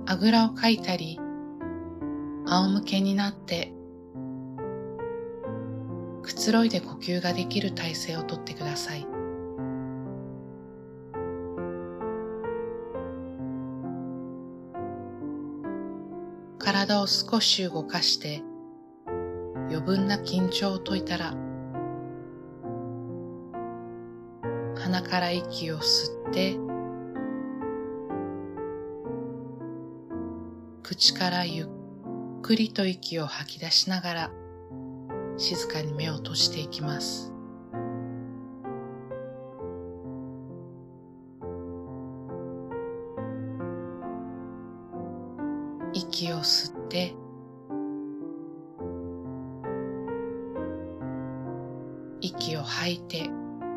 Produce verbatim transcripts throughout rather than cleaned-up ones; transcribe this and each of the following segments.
あぐらをかいたり、仰向けになってくつろいで呼吸ができる体勢をとってください。体を少し動かして余分な緊張を解いたら、鼻から息を吸って口からゆっくりと息を吐き出しながら静かに目を閉じていきます。息を吸って息を吐いて、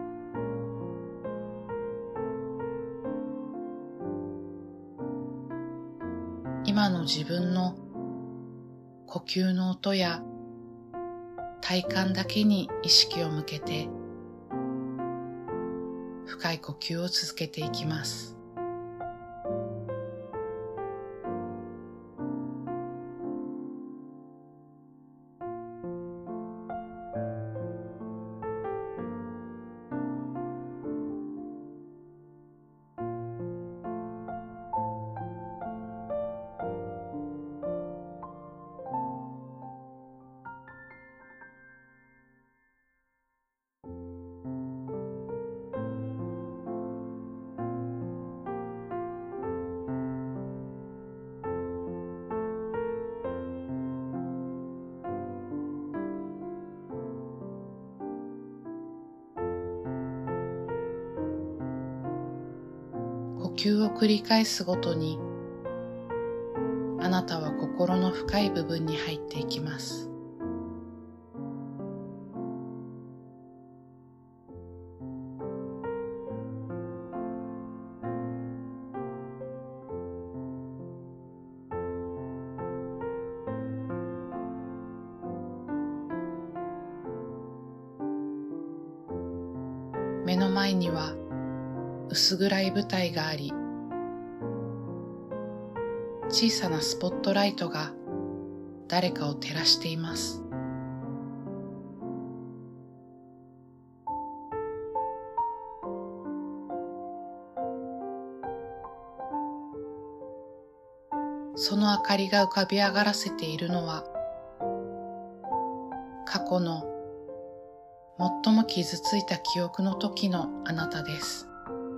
今の自分の呼吸の音や体感だけに意識を向けて深い呼吸を続けていきます。呼吸を繰り返すごとに、あなたは心の深い部分に入っていきます。目の前には薄暗い舞台があり、小さなスポットライトが誰かを照らしています。その明かりが浮かび上がらせているのは、過去の最も傷ついた記憶の時のあなたです。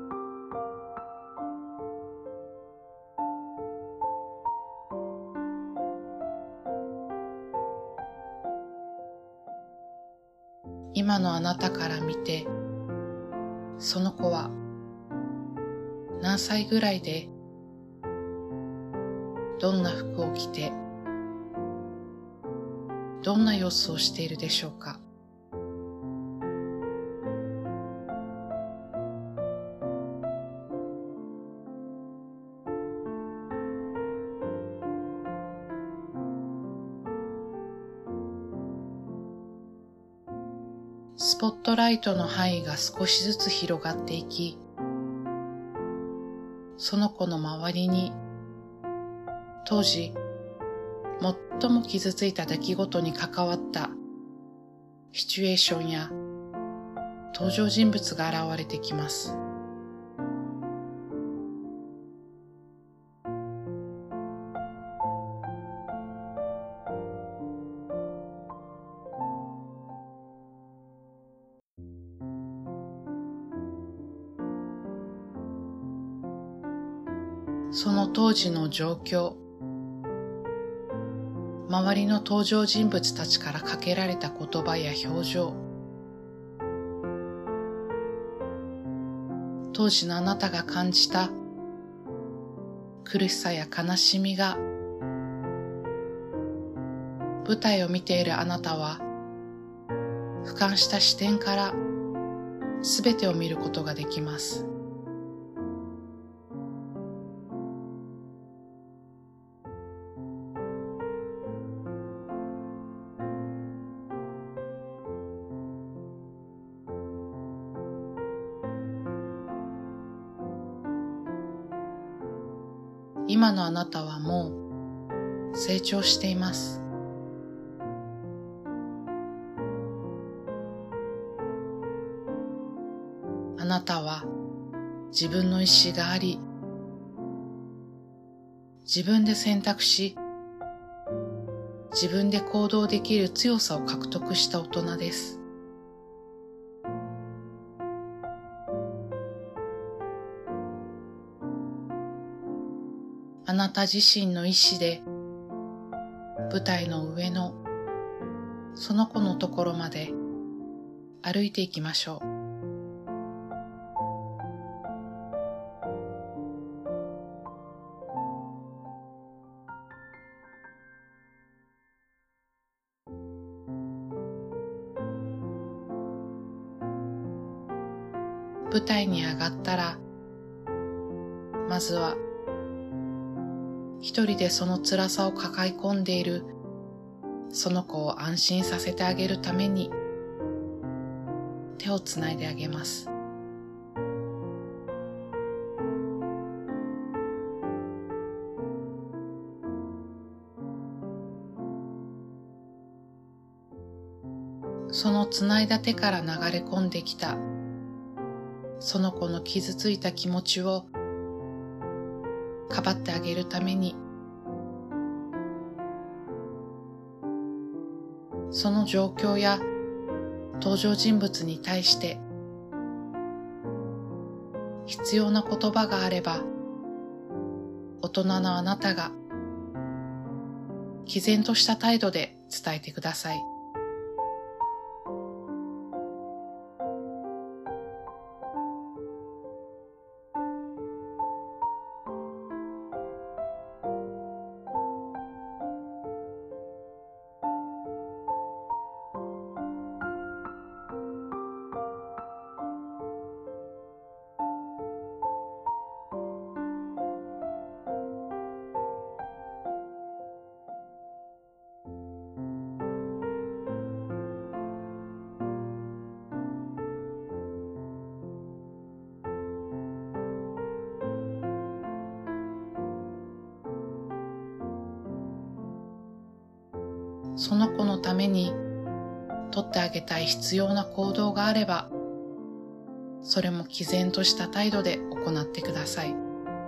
今のあなたから見て、その子は何歳ぐらいで、どんな服を着て、どんな様子をしているでしょうか。スポットライトの範囲が少しずつ広がっていき、その子の周りに当時最も傷ついた出来事に関わったシチュエーションや登場人物が現れてきます。その当時の状況、周りの登場人物たちからかけられた言葉や表情、当時のあなたが感じた苦しさや悲しみが、舞台を見ているあなたは俯瞰した視点からすべてを見ることができます。 今のあなたはもう成長しています。あなたは自分の意志があり、自分で選択し、自分で行動できる強さを獲得した大人です。あなた自身の意志で舞台の上のその子のところまで歩いていきましょう。舞台に上がったら、まずは一人でその辛さを抱え込んでいるその子を安心させてあげるために手をつないであげます。そのつないだ手から流れ込んできたその子の傷ついた気持ちをかばってあげるために、その状況や登場人物に対して必要な言葉があれば、大人のあなたが毅然とした態度で伝えてください。その子のために取ってあげたい必要な行動があれば、それも毅然とした態度で行ってください。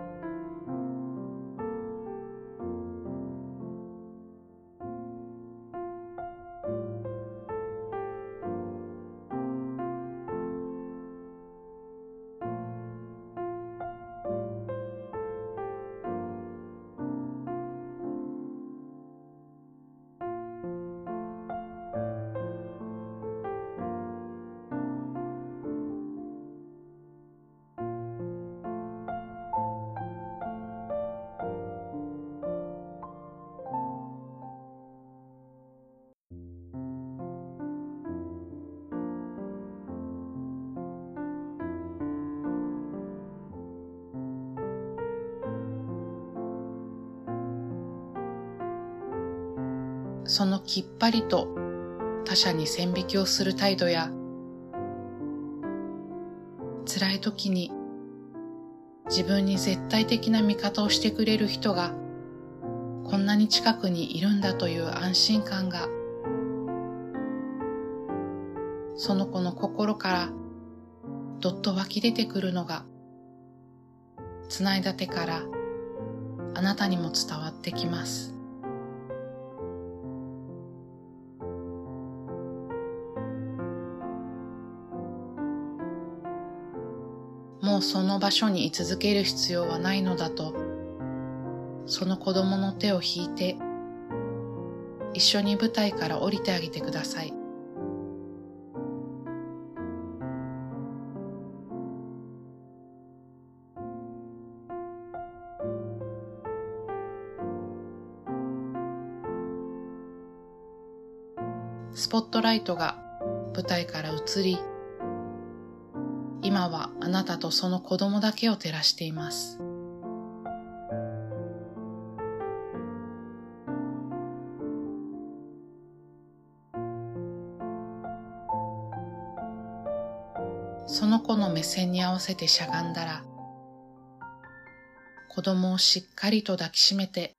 そのきっぱりと他者に線引きをする態度や、辛い時に自分に絶対的な味方をしてくれる人がこんなに近くにいるんだという安心感が、その子の心からどっと湧き出てくるのが、つないだ手からあなたにも伝わってきます。もうその場所に居続ける必要はないのだと、その子供の手を引いて一緒に舞台から降りてあげてください。スポットライトが舞台から移り、今はあなたとその子供だけを照らしています。その子の目線に合わせてしゃがんだら、 子供をしっかりと抱きしめて、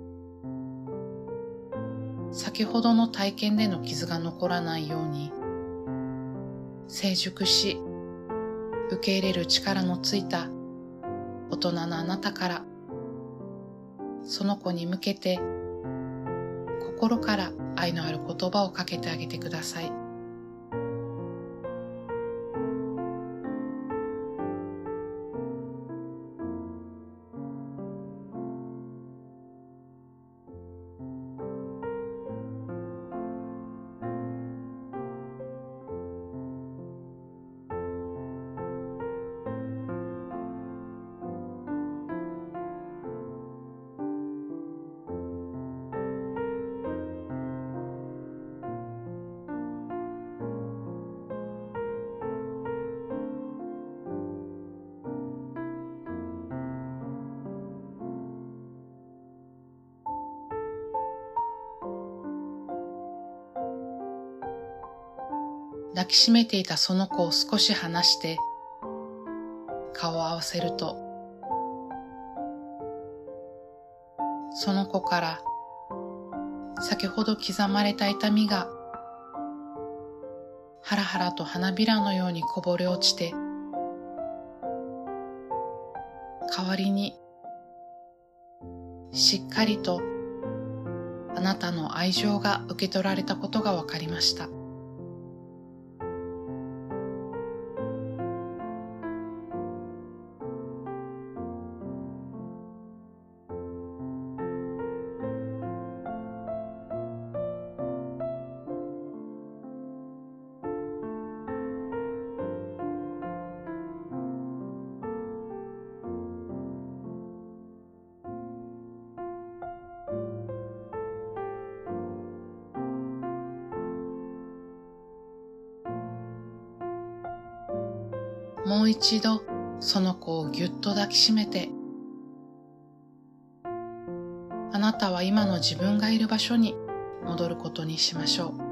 先ほどの体験での傷が残らないように、成熟し、受け入れる力のついた大人のあなたから、その子に向けて心から愛のある言葉をかけてあげてください。抱きしめていたその子を少し離して顔を合わせると、その子から先ほど刻まれた痛みがハラハラと花びらのようにこぼれ落ちて、代わりにしっかりとあなたの愛情が受け取られたことがわかりました。もう一度その子をぎゅっと抱きしめて、あなたは今の自分がいる場所に戻ることにしましょう。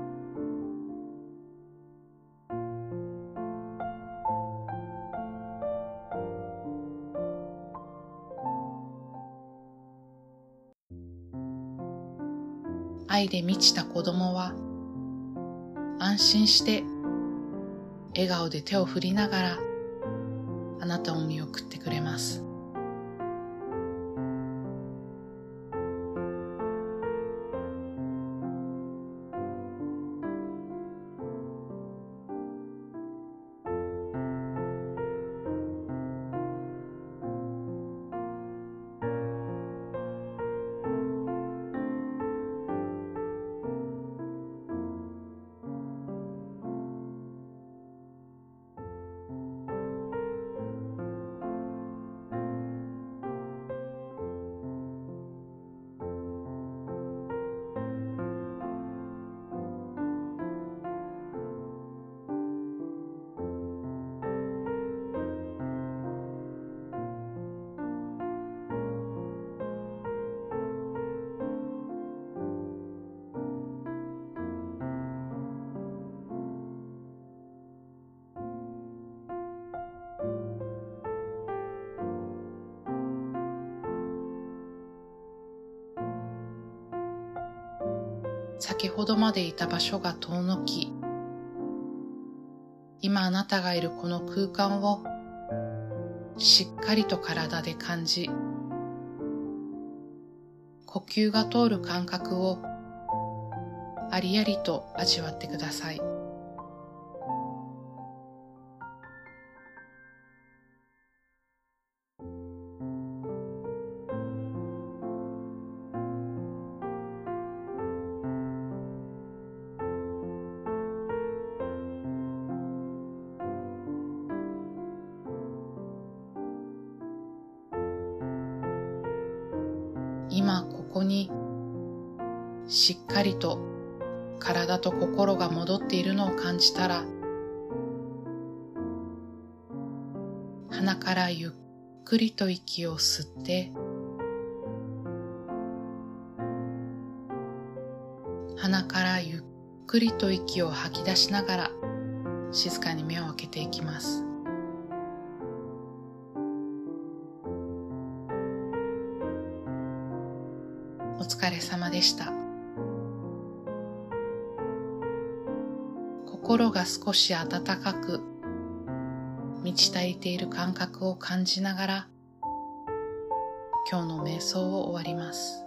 愛で満ちた子供は安心して笑顔で手を振りながらあなたを見送ってくれます。先ほどまでいた場所が遠のき、今あなたがいるこの空間をしっかりと体で感じ、呼吸が通る感覚をありありと味わってください。今ここにしっかりと体と心が戻っているのを感じたら、鼻からゆっくりと息を吸って、鼻からゆっくりと息を吐き出しながら静かに目を開けていきます。 お疲れ様でした。心が少し温かく、満ち足りている感覚を感じながら、今日の瞑想を終わります。